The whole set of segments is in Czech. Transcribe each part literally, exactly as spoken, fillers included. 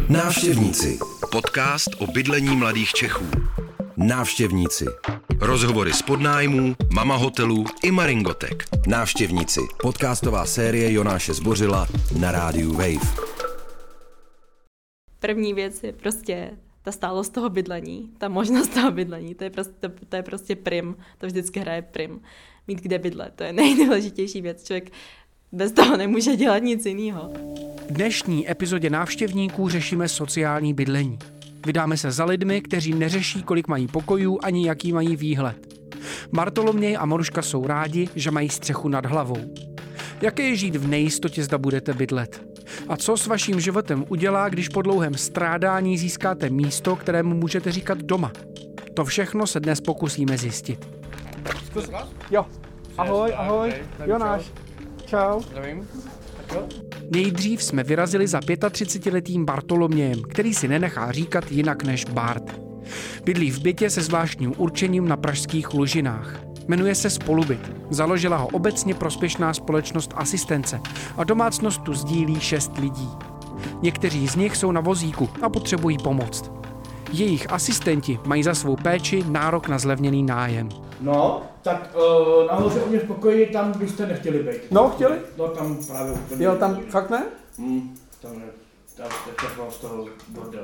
Návštěvníci. Podcast o bydlení mladých Čechů. Návštěvníci. Rozhovory z podnájmů, mama hotelů i maringotek. Návštěvníci. Podcastová série Jonáše Zbořila na rádiu Wave. První věc je prostě ta stálost toho bydlení, ta možnost toho bydlení, to je prostě, to, to je prostě prim, to vždycky hraje prim. Mít kde bydlet, to je nejdůležitější věc, člověk bez toho nemůže dělat nic jiného. V dnešní epizodě Návštěvníků řešíme sociální bydlení. Vydáme se za lidmi, kteří neřeší, kolik mají pokojů ani jaký mají výhled. Bartoloměj a Maruška jsou rádi, že mají střechu nad hlavou. Jaké je žít v nejistotě, zda budete bydlet? A co s vaším životem udělá, když po dlouhém strádání získáte místo, kterému můžete říkat doma? To všechno se dnes pokusíme zjistit. Jo, ahoj, ahoj, Jonáš. Čau. Nejdřív jsme vyrazili za třicetiletým Bartolomějem, který si nenechá říkat jinak než Bart. Bydlí v bytě se zvláštním určením na pražských Lužinách. Jmenuje se Spolubyt. Založila ho obecně prospěšná společnost Asistence a domácnost tu sdílí šest lidí. Někteří z nich jsou na vozíku a potřebují pomoc. Jejich asistenti mají za svou péči nárok na zlevněný nájem. No, tak uh, nahoře u mě v pokoji, tam byste nechtěli být. No, chtěli? No, tam právě úplně. Jo, tam fakt ne? Hmm, tam je, tam je z toho bordel.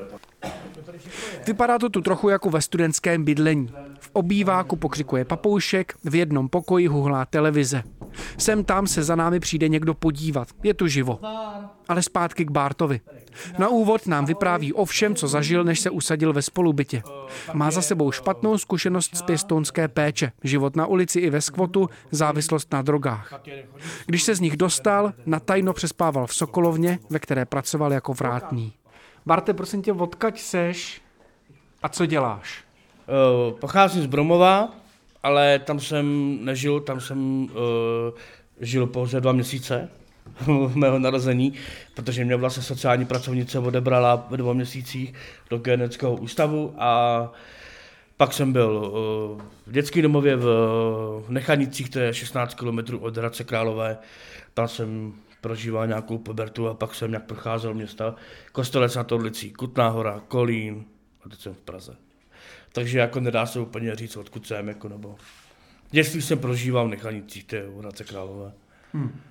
Vypadá to tu trochu jako ve studentském bydlení. V obýváku pokřikuje papoušek, v jednom pokoji huhlá televize. Sem tam se za námi přijde někdo podívat, je tu živo. Ale zpátky k Bartovi. Na úvod nám vypráví o všem, co zažil, než se usadil ve Spolubytě. Má za sebou špatnou zkušenost z pěstounské péče, život na ulici i ve skvotu, závislost na drogách. Když se z nich dostal, natajno přespával v Sokolovně, ve které pracoval jako vrátný. Barte, prosím tě, odkaď seš a co děláš? Uh, pocházím z Bromova, ale tam jsem nežil, tam jsem uh, žil pouze dva měsíce mého narození, protože mě vlastně sociální pracovnice odebrala ve dvou měsících do genetického ústavu a pak jsem byl uh, v dětském domově v, v Nechanicích, to je šestnáct kilometrů od Hradce Králové, tam jsem prožíval nějakou pubertu a pak jsem nějak procházel města, Kostelec nad Orlicí, Kutná Hora, Kolín a teď jsem v Praze. Takže jako nedá se úplně říct, odkud jsem, jako nebo... Dětství jsem prožíval v Nechanicích, to je v Hradce Králové. Hmm.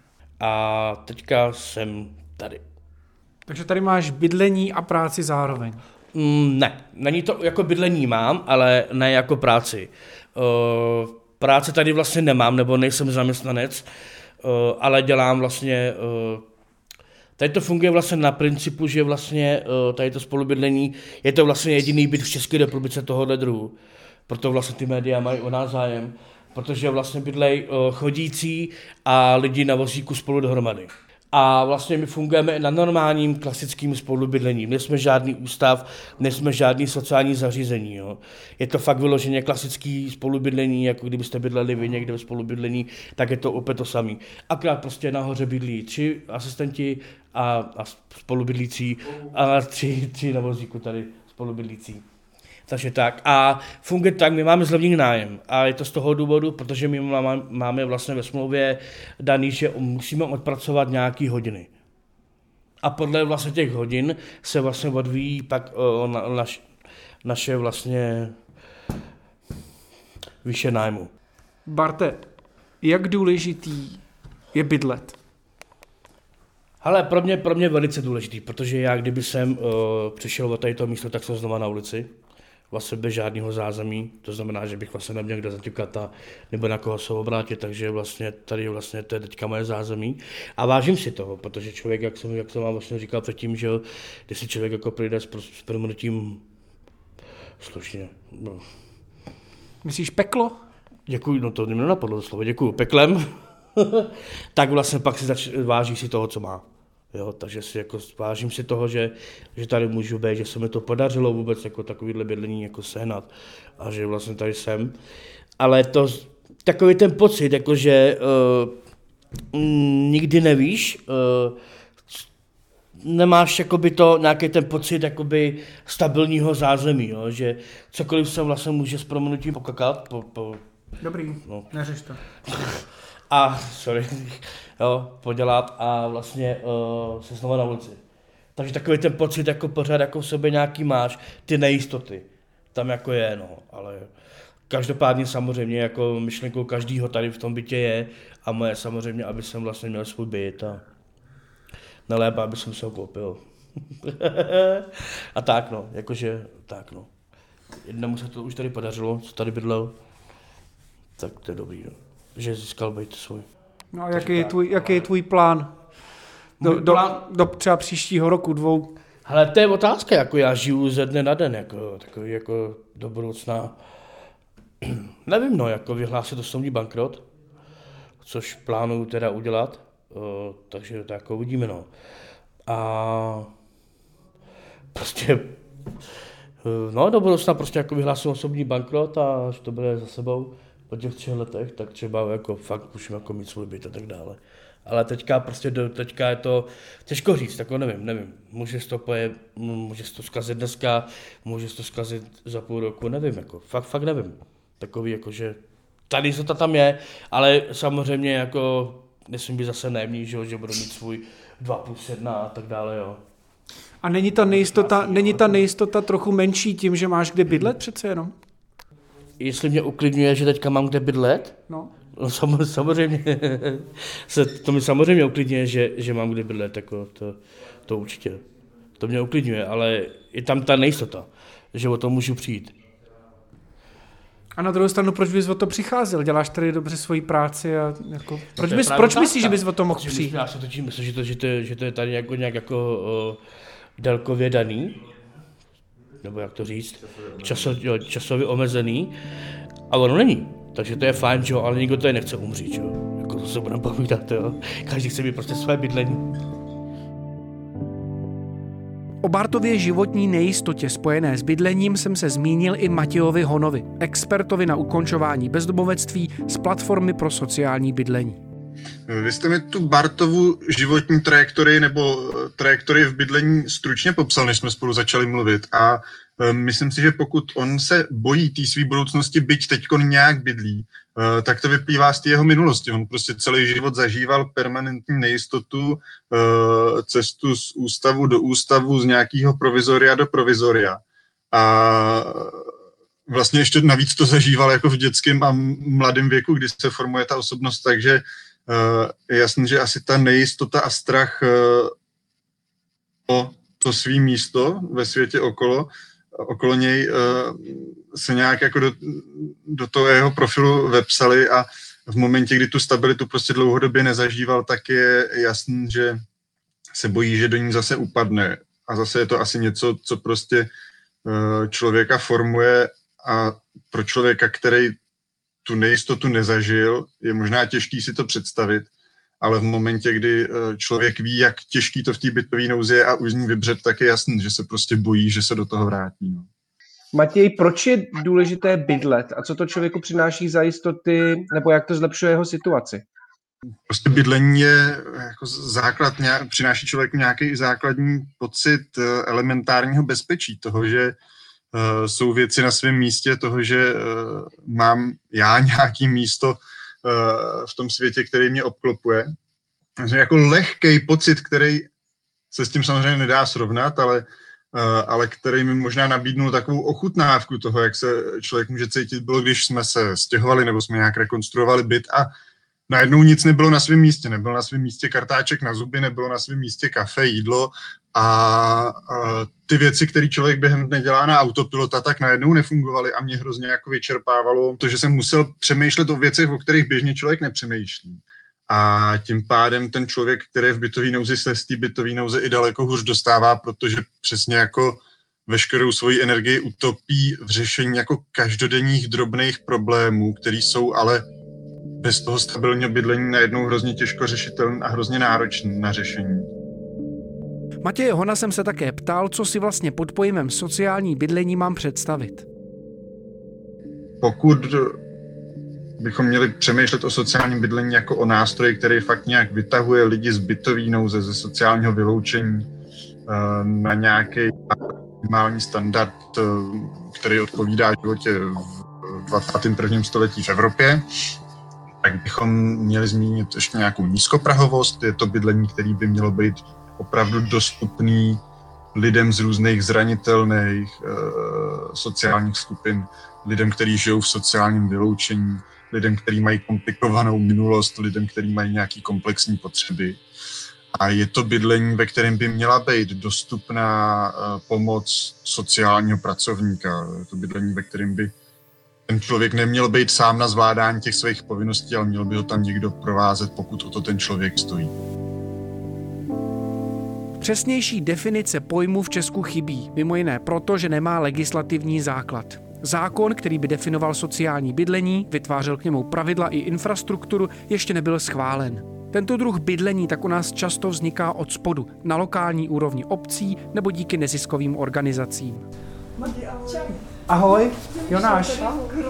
A teďka jsem tady. Takže tady máš bydlení a práci zároveň? Mm, ne, není to jako bydlení mám, ale ne jako práci. Uh, práce tady vlastně nemám, nebo nejsem zaměstnanec, uh, ale dělám vlastně... Uh, tady to funguje vlastně na principu, že vlastně uh, tady to spolubydlení je to vlastně jediný byt v České republice tohohle druhu. Proto vlastně ty média mají o nás zájem. Protože vlastně bydlej uh, chodící a lidi na vozíku spolu dohromady. A vlastně my fungujeme na normálním klasickým spolubydlení. Nejsme žádný ústav, nejsme žádný sociální zařízení. Jo. Je to fakt vyloženě klasický spolubydlení, jako kdybyste bydleli vy někde ve spolubydlení, tak je to opět to samý. Akorát prostě nahoře bydlí tři asistenti a, a spolubydlící a tři, tři na vozíku tady spolubydlící. Takže tak. A funguje tak, my máme zlevněný nájem. A je to z toho důvodu, protože my máme vlastně ve smlouvě daný, že musíme odpracovat nějaký hodiny. A podle vlastně těch hodin se vlastně odvíjí pak o, na, naš, naše vlastně výše nájmu. Barte, jak důležitý je bydlet? Hele, pro mě, pro mě velice důležitý, protože já kdyby jsem uh, přišel od tady toho místo, tak jsem znova na ulici. Vlastně bez žádného zázemí, to znamená, že bych vlastně neměl kde zaťukat a nebo na koho se obrátit, takže vlastně tady vlastně to je teďka moje zázemí. A vážím si toho, protože člověk, jak jsem, jak jsem vám vlastně říkal předtím, že když si člověk jako přijde s, s prominutím slušně. No. Myslíš peklo? Děkuji, no to mě nenapadlo to slovo, děkuji, peklem. Tak vlastně pak si zač, váží si toho, co má. Jo, takže si jako vážím si toho, že, že tady můžu být, že se mi to podařilo vůbec jako takovýhle bydlení jako sehnat a že vlastně tady jsem. Ale to takový ten pocit, jako že uh, nikdy nevíš, uh, nemáš jakoby to, nějaký ten pocit jakoby stabilního zázemí, jo, že cokoliv se vlastně může s prominutím pokakat. Po, po, Dobrý, no. neřeš to. A, sorry, jo, podělat a vlastně uh, se znovu na ulici. Takže takový ten pocit jako pořád jako v sobě nějaký máš, ty nejistoty. Tam jako je, no, ale každopádně samozřejmě jako myšlenkou každýho tady v tom bytě je a moje samozřejmě, aby jsem vlastně měl svůj byt a nelépe, aby jsem se ho koupil. A tak no, jakože tak no. Jednomu se to už tady podařilo, co tady bydlel, tak to je dobrý, no. Že získal byt svůj. No a jaký je, tvůj, jaký je tvůj plán? Do, do, do třeba příštího roku, dvou? Hele, to je otázka, jako já žiju ze dne na den, jako takový jako do budoucna. Nevím, no, jako vyhlásit osobní bankrot, což plánuju teda udělat, o, takže to jako uvidíme, no. A prostě, no, do budoucna prostě jako vyhlásím osobní bankrot a až to bude za sebou po těch třech letech, tak třeba jako fakt musím jako mít svůj byt a tak dále. Ale teďka prostě do, teďka je to těžko říct, tak nevím, nevím. Může se to poje, může se to zkazit dneska, může se to zkazit za půl roku, nevím, jako fakt, fakt nevím. Takový jako, že tady se to tam je, ale samozřejmě jako nesmím být zase naivní, že, že budu mít svůj dva plus jedna a tak dále, jo. A není ta nejistota, není ta nejistota trochu menší tím, že máš kde bydlet přece jenom? Jestli mě uklidňuje, že teďka mám kde bydlet? No. No samozřejmě, se, to mi samozřejmě uklidňuje, že, že mám kde bydlet, jako to, to určitě. To mě uklidňuje, ale je tam ta nejistota, že o to můžu přijít. A na druhou stranu, proč bys o to přicházel? Děláš tady dobře svoji práci a jako... Proč, no bys, proč myslíš, že bys o to mohl přijít? Já se točím, myslím, že to, že, to, že to je tady jako, nějak jako o, délkově daný, nebo jak to říct, časo, jo, časově omezený, a ono není. Takže to je fajn, že jo, ale nikdo tady nechce umřít, jo. Jako to se budeme povídat, jo. Každý chce mít prostě své bydlení. O Bartově životní nejistotě spojené s bydlením jsem se zmínil i Matějovi Honovi, expertovi na ukončování bezdomovectví z platformy pro sociální bydlení. Vy jste mi tu Bartovu životní trajektorii nebo trajektorii v bydlení stručně popsal, než jsme spolu začali mluvit. A myslím si, že pokud on se bojí té své budoucnosti, byť teďko nějak bydlí, tak to vyplývá z té jeho minulosti. On prostě celý život zažíval permanentní nejistotu, cestu z ústavu do ústavu, z nějakého provizoria do provizoria. A vlastně ještě navíc to zažíval jako v dětském a mladém věku, kdy se formuje ta osobnost, takže je jasný, že asi ta nejistota a strach o to svý místo ve světě okolo, okolo něj se nějak jako do, do toho jeho profilu vepsali a v momentě, kdy tu stabilitu prostě dlouhodobě nezažíval, tak je jasný, že se bojí, že do ní zase upadne. A zase je to asi něco, co prostě člověka formuje a pro člověka, který tu nejistotu nezažil, je možná těžký si to představit, ale v momentě, kdy člověk ví, jak těžký to v té bytové nouzi je a už z ní vybřet, tak je jasný, že se prostě bojí, že se do toho vrátí. No. Matěj, proč je důležité bydlet a co to člověku přináší za jistoty, nebo jak to zlepšuje jeho situaci? Prostě bydlení je jako základ, nějak, přináší člověku nějaký základní pocit elementárního bezpečí, toho, že uh, jsou věci na svém místě, toho, že uh, mám já nějaký místo uh, v tom světě, který mě obklopuje. Takže jako lehkej pocit, který se s tím samozřejmě nedá srovnat, ale Uh, ale který mi možná nabídnul takovou ochutnávku toho, jak se člověk může cítit, bylo, když jsme se stěhovali nebo jsme nějak rekonstruovali byt a najednou nic nebylo na svém místě. Nebylo na svém místě kartáček na zuby, nebylo na svém místě kafe, jídlo a, a ty věci, které člověk během dne dělá na autopilota, tak najednou nefungovaly a mě hrozně jako vyčerpávalo to, že jsem musel přemýšlet o věcech, o kterých běžně člověk nepřemýšlí. A tím pádem ten člověk, který je v bytové nouzi, se z té bytové nouze i daleko hůř dostává, protože přesně jako veškerou svoji energii utopí v řešení jako každodenních drobných problémů, které jsou ale bez toho stabilního bydlení najednou hrozně těžko řešitelný a hrozně náročný na řešení. Matěje Hona jsem se také ptal, co si vlastně pod pojmem sociální bydlení mám představit. Pokud bychom měli přemýšlet o sociálním bydlení jako o nástroji, který fakt nějak vytahuje lidi z bytové nouze, ze sociálního vyloučení na nějaký minimální standard, který odpovídá životě v dvacátém prvním století v Evropě, tak bychom měli zmínit ještě nějakou nízkoprahovost. Je to bydlení, který by mělo být opravdu dostupný lidem z různých zranitelných e, sociálních skupin, lidem, kteří žijou v sociálním vyloučení, lidem, kteří mají komplikovanou minulost, lidem, kteří mají nějaké komplexní potřeby. A je to bydlení, ve kterém by měla být dostupná e, pomoc sociálního pracovníka. Je to bydlení, ve kterém by ten člověk neměl být sám na zvládání těch svých povinností, ale měl by ho tam někdo provázet, pokud o to ten člověk stojí. Přesnější definice pojmu v Česku chybí, mimo jiné proto, že nemá legislativní základ. Zákon, který by definoval sociální bydlení, vytvářel k němu pravidla i infrastrukturu, ještě nebyl schválen. Tento druh bydlení tak u nás často vzniká od spodu, na lokální úrovni obcí nebo díky neziskovým organizacím. Ahoj, Jonáš.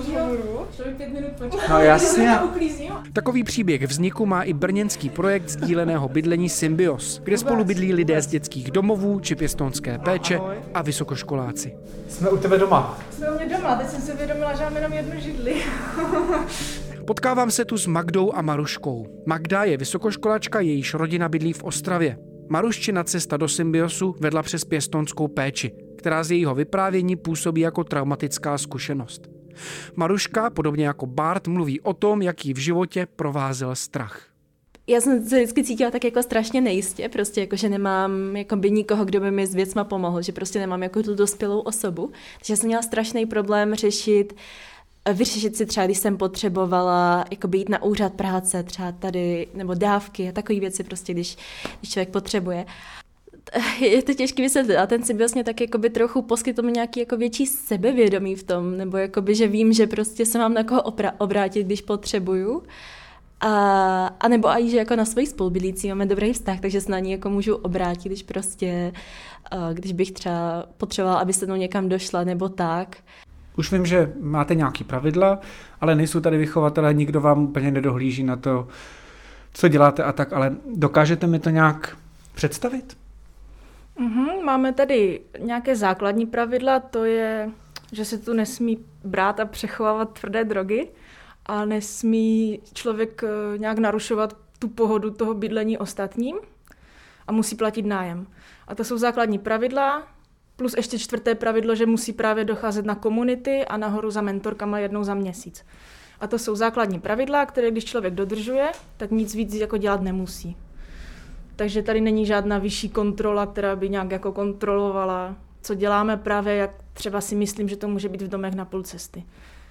No jasně. Takový příběh vzniku má i brněnský projekt sdíleného bydlení Symbios, kde spolu bydlí lidé z dětských domovů či pěstounské péče a vysokoškoláci. Jsme u tebe doma. Jsme u mě doma, teď jsem si uvědomila, že mám jenom jednu židli. Potkávám se tu s Magdou a Maruškou. Magda je vysokoškolačka, jejíž rodina bydlí v Ostravě. Maruščina cesta do Symbiosu vedla přes pěstounskou péči, která z jejího vyprávění působí jako traumatická zkušenost. Maruška, podobně jako Bart, mluví o tom, jak jí v životě provázel strach. Já jsem se vždycky cítila tak jako strašně nejistě, prostě jako, že nemám jako by nikoho, kdo by mi s věcma pomohl, že prostě nemám jako tu dospělou osobu. Takže jsem měla strašný problém řešit, vyřešit si třeba, když jsem potřebovala jako jít na úřad práce, třeba tady, nebo dávky a takové věci prostě, když, když člověk potřebuje. Je to těžké vysvětlit, a ten Symbios mě tak jakoby trochu poskytl mi nějaký jako větší sebevědomí v tom, nebo jakoby, že vím, že prostě se mám na koho opra- obrátit, když potřebuju. A, a nebo i, že jako na svoji spolubydlící máme dobrý vztah, takže se na ní jako můžu obrátit, když prostě, když bych třeba potřebovala, aby se mnou někam došla, nebo tak. Už vím, že máte nějaký pravidla, ale nejsou tady vychovatelé, nikdo vám úplně nedohlíží na to, co děláte a tak, ale dokážete mi to nějak představit? Mm-hmm, máme tady nějaké základní pravidla, to je, že se tu nesmí brát a přechovávat tvrdé drogy a nesmí člověk nějak narušovat tu pohodu toho bydlení ostatním a musí platit nájem. A to jsou základní pravidla, plus ještě čtvrté pravidlo, že musí právě docházet na komunity a nahoru za mentorkama jednou za měsíc. A to jsou základní pravidla, které když člověk dodržuje, tak nic víc jako dělat nemusí. Takže tady není žádná vyšší kontrola, která by nějak jako kontrolovala, co děláme právě, jak třeba si myslím, že to může být v domech na půl cesty.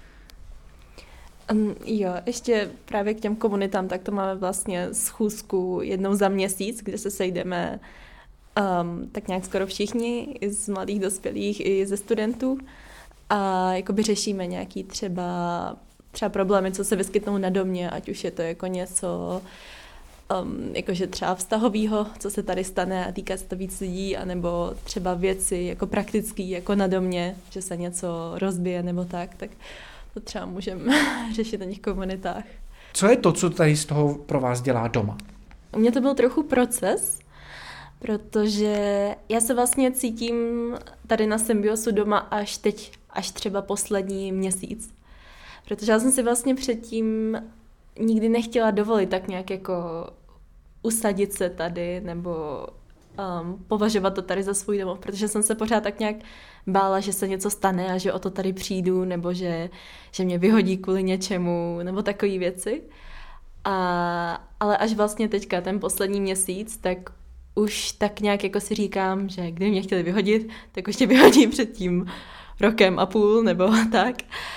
Um, jo, ještě právě k těm komunitám, tak to máme vlastně schůzku jednou za měsíc, kde se sejdeme um, tak nějak skoro všichni, i z mladých dospělých, i ze studentů. A jakoby řešíme nějaký třeba, třeba problémy, co se vyskytnou na domě, ať už je to jako něco Um, jakože třeba vztahovýho, co se tady stane a týká se to víc lidí, anebo třeba věci jako praktický, jako na domě, že se něco rozbije nebo tak, tak to třeba můžeme řešit na těch komunitách. Co je to, co tady z toho pro vás dělá doma? U mě to byl trochu proces, protože já se vlastně cítím tady na Symbiosu doma až teď, až třeba poslední měsíc. Protože já jsem si vlastně předtím nikdy nechtěla dovolit tak nějak jako usadit se tady nebo um, považovat to tady za svůj domov, protože jsem se pořád tak nějak bála, že se něco stane a že o to tady přijdu nebo že, že mě vyhodí kvůli něčemu nebo takové věci. A, ale až vlastně teďka ten poslední měsíc, tak už tak nějak jako si říkám, že kdyby mě chtěli vyhodit, tak už mě vyhodí před tím rokem a půl nebo tak.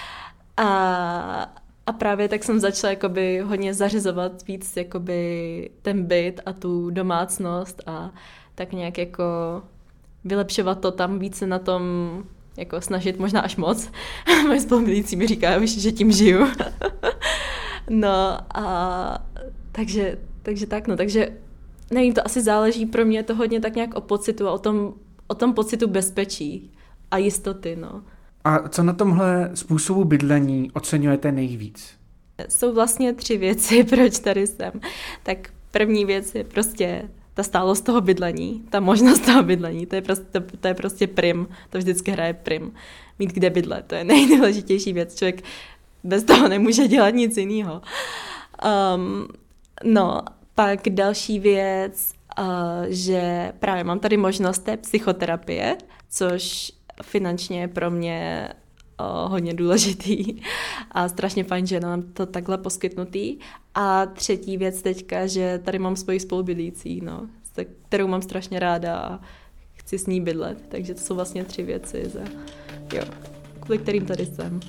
A A právě tak jsem začala jakoby hodně zařizovat víc jakoby ten byt a tu domácnost a tak nějak jako vylepšovat to tam, více na tom jako snažit možná až moc. Moje spolubydlící mi říká, že tím žiju. No a takže, takže tak, no, takže nevím, to asi záleží pro mě to hodně tak nějak o pocitu a o tom, o tom pocitu bezpečí a jistoty, no. A co na tomhle způsobu bydlení oceňujete nejvíc? Jsou vlastně tři věci, proč tady jsem. Tak první věc je prostě ta stálost toho bydlení, ta možnost toho bydlení, to je prostě, to, to je prostě prim, to vždycky hraje prim. Mít kde bydlet, to je nejdůležitější věc. Člověk bez toho nemůže dělat nic jiného. Um, no, pak další věc, že právě mám tady možnost té psychoterapie, což finančně je pro mě hodně důležitý a strašně fajn, že nám to takhle poskytnutý. A třetí věc teďka, že tady mám svoji spolubydlící, no, kterou mám strašně ráda a chci s ní bydlet. Takže to jsou vlastně tři věci, za, jo, kvůli kterým tady jsem.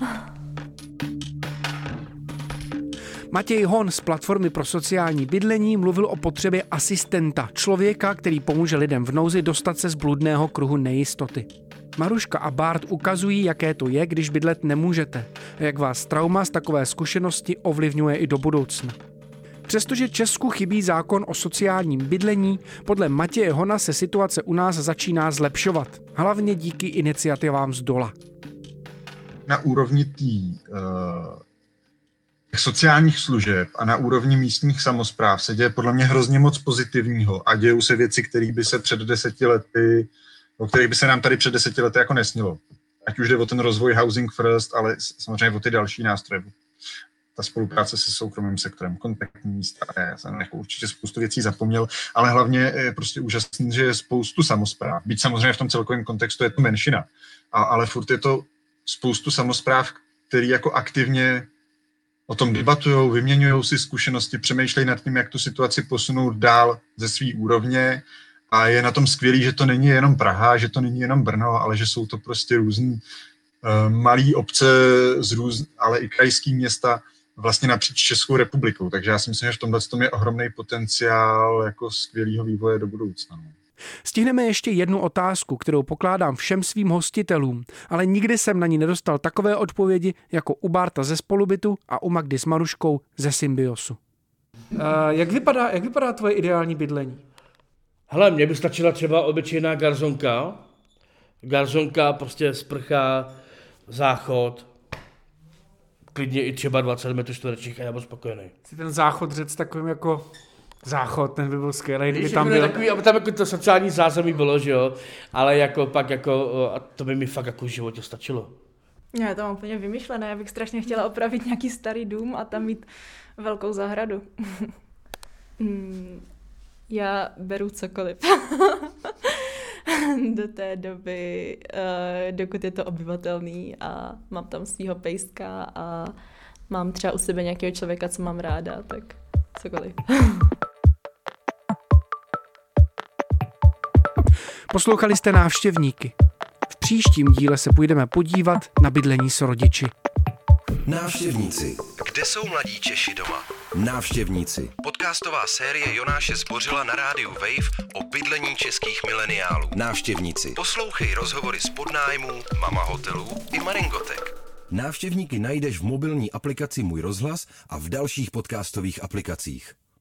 Matěj Hon z Platformy pro sociální bydlení mluvil o potřebě asistenta, člověka, který pomůže lidem v nouzi dostat se z bludného kruhu nejistoty. Maruška a Bart ukazují, jaké to je, když bydlet nemůžete, a jak vás trauma z takové zkušenosti ovlivňuje i do budoucna. Přestože Česku chybí zákon o sociálním bydlení, podle Matěje Hona se situace u nás začíná zlepšovat, hlavně díky iniciativám z dola. Na úrovni tý, uh, sociálních služeb a na úrovni místních samospráv se děje podle mě hrozně moc pozitivního a dějou se věci, které by se před deseti lety o kterých by se nám tady před deseti lety jako nesnilo. Ať už jde o ten rozvoj Housing First, ale samozřejmě o ty další nástroje. Ta spolupráce se soukromým sektorem, kontaktní místa, já jsem jako určitě spoustu věcí zapomněl, ale hlavně je prostě úžasný, že je spoustu samospráv. Byť samozřejmě v tom celkovém kontextu je to menšina, a, ale furt je to spoustu samospráv, který jako aktivně o tom debatujou, vyměňují si zkušenosti, přemýšlejí nad tím, jak tu situaci posunout dál ze své úrovně. A je na tom skvělý, že to není jenom Praha, že to není jenom Brno, ale že jsou to prostě různý uh, malý obce, z růz, ale i krajský města vlastně napříč Českou republikou. Takže já si myslím, že v tomhle tom je ohromný potenciál jako skvělého vývoje do budoucna. Stihneme ještě jednu otázku, kterou pokládám všem svým hostitelům, ale nikdy jsem na ní nedostal takové odpovědi jako u Barta ze Spolubytu a u Magdy s Maruškou ze Symbiosu. Uh, jak vypadá, jak vypadá tvoje ideální bydlení? Hele, mně by stačila třeba obyčejná garzonka. Garzonka, prostě sprcha, záchod, klidně i třeba dvacet metrů čtverečních a já byl spokojený. Si ten záchod řec takovým jako záchod, ten by byl skvělý, kdyby tam byl. byl. Takový, aby tam jako to sociální zázemí bylo, že jo, ale jako pak jako, a to by mi fakt jako v životě stačilo. Já to mám úplně vymyšlené, já bych strašně chtěla opravit nějaký starý dům a tam mít velkou zahradu. hmm. Já beru cokoliv. Do té doby, uh, dokud je to obyvatelný a mám tam svýho pejska a mám třeba u sebe nějakého člověka, co mám ráda, tak cokoliv. Poslouchali jste Návštěvníky. V příštím díle se půjdeme podívat na bydlení s rodiči. Návštěvníci. Kde jsou mladí Češi doma? Návštěvníci. Podcastová série Jonáše Zbořila na rádiu Wave o bydlení českých mileniálů. Návštěvníci. Poslouchej rozhovory z podnájmů, Mama hotelů i Maringotek. Návštěvníky najdeš v mobilní aplikaci Můj rozhlas a v dalších podcastových aplikacích.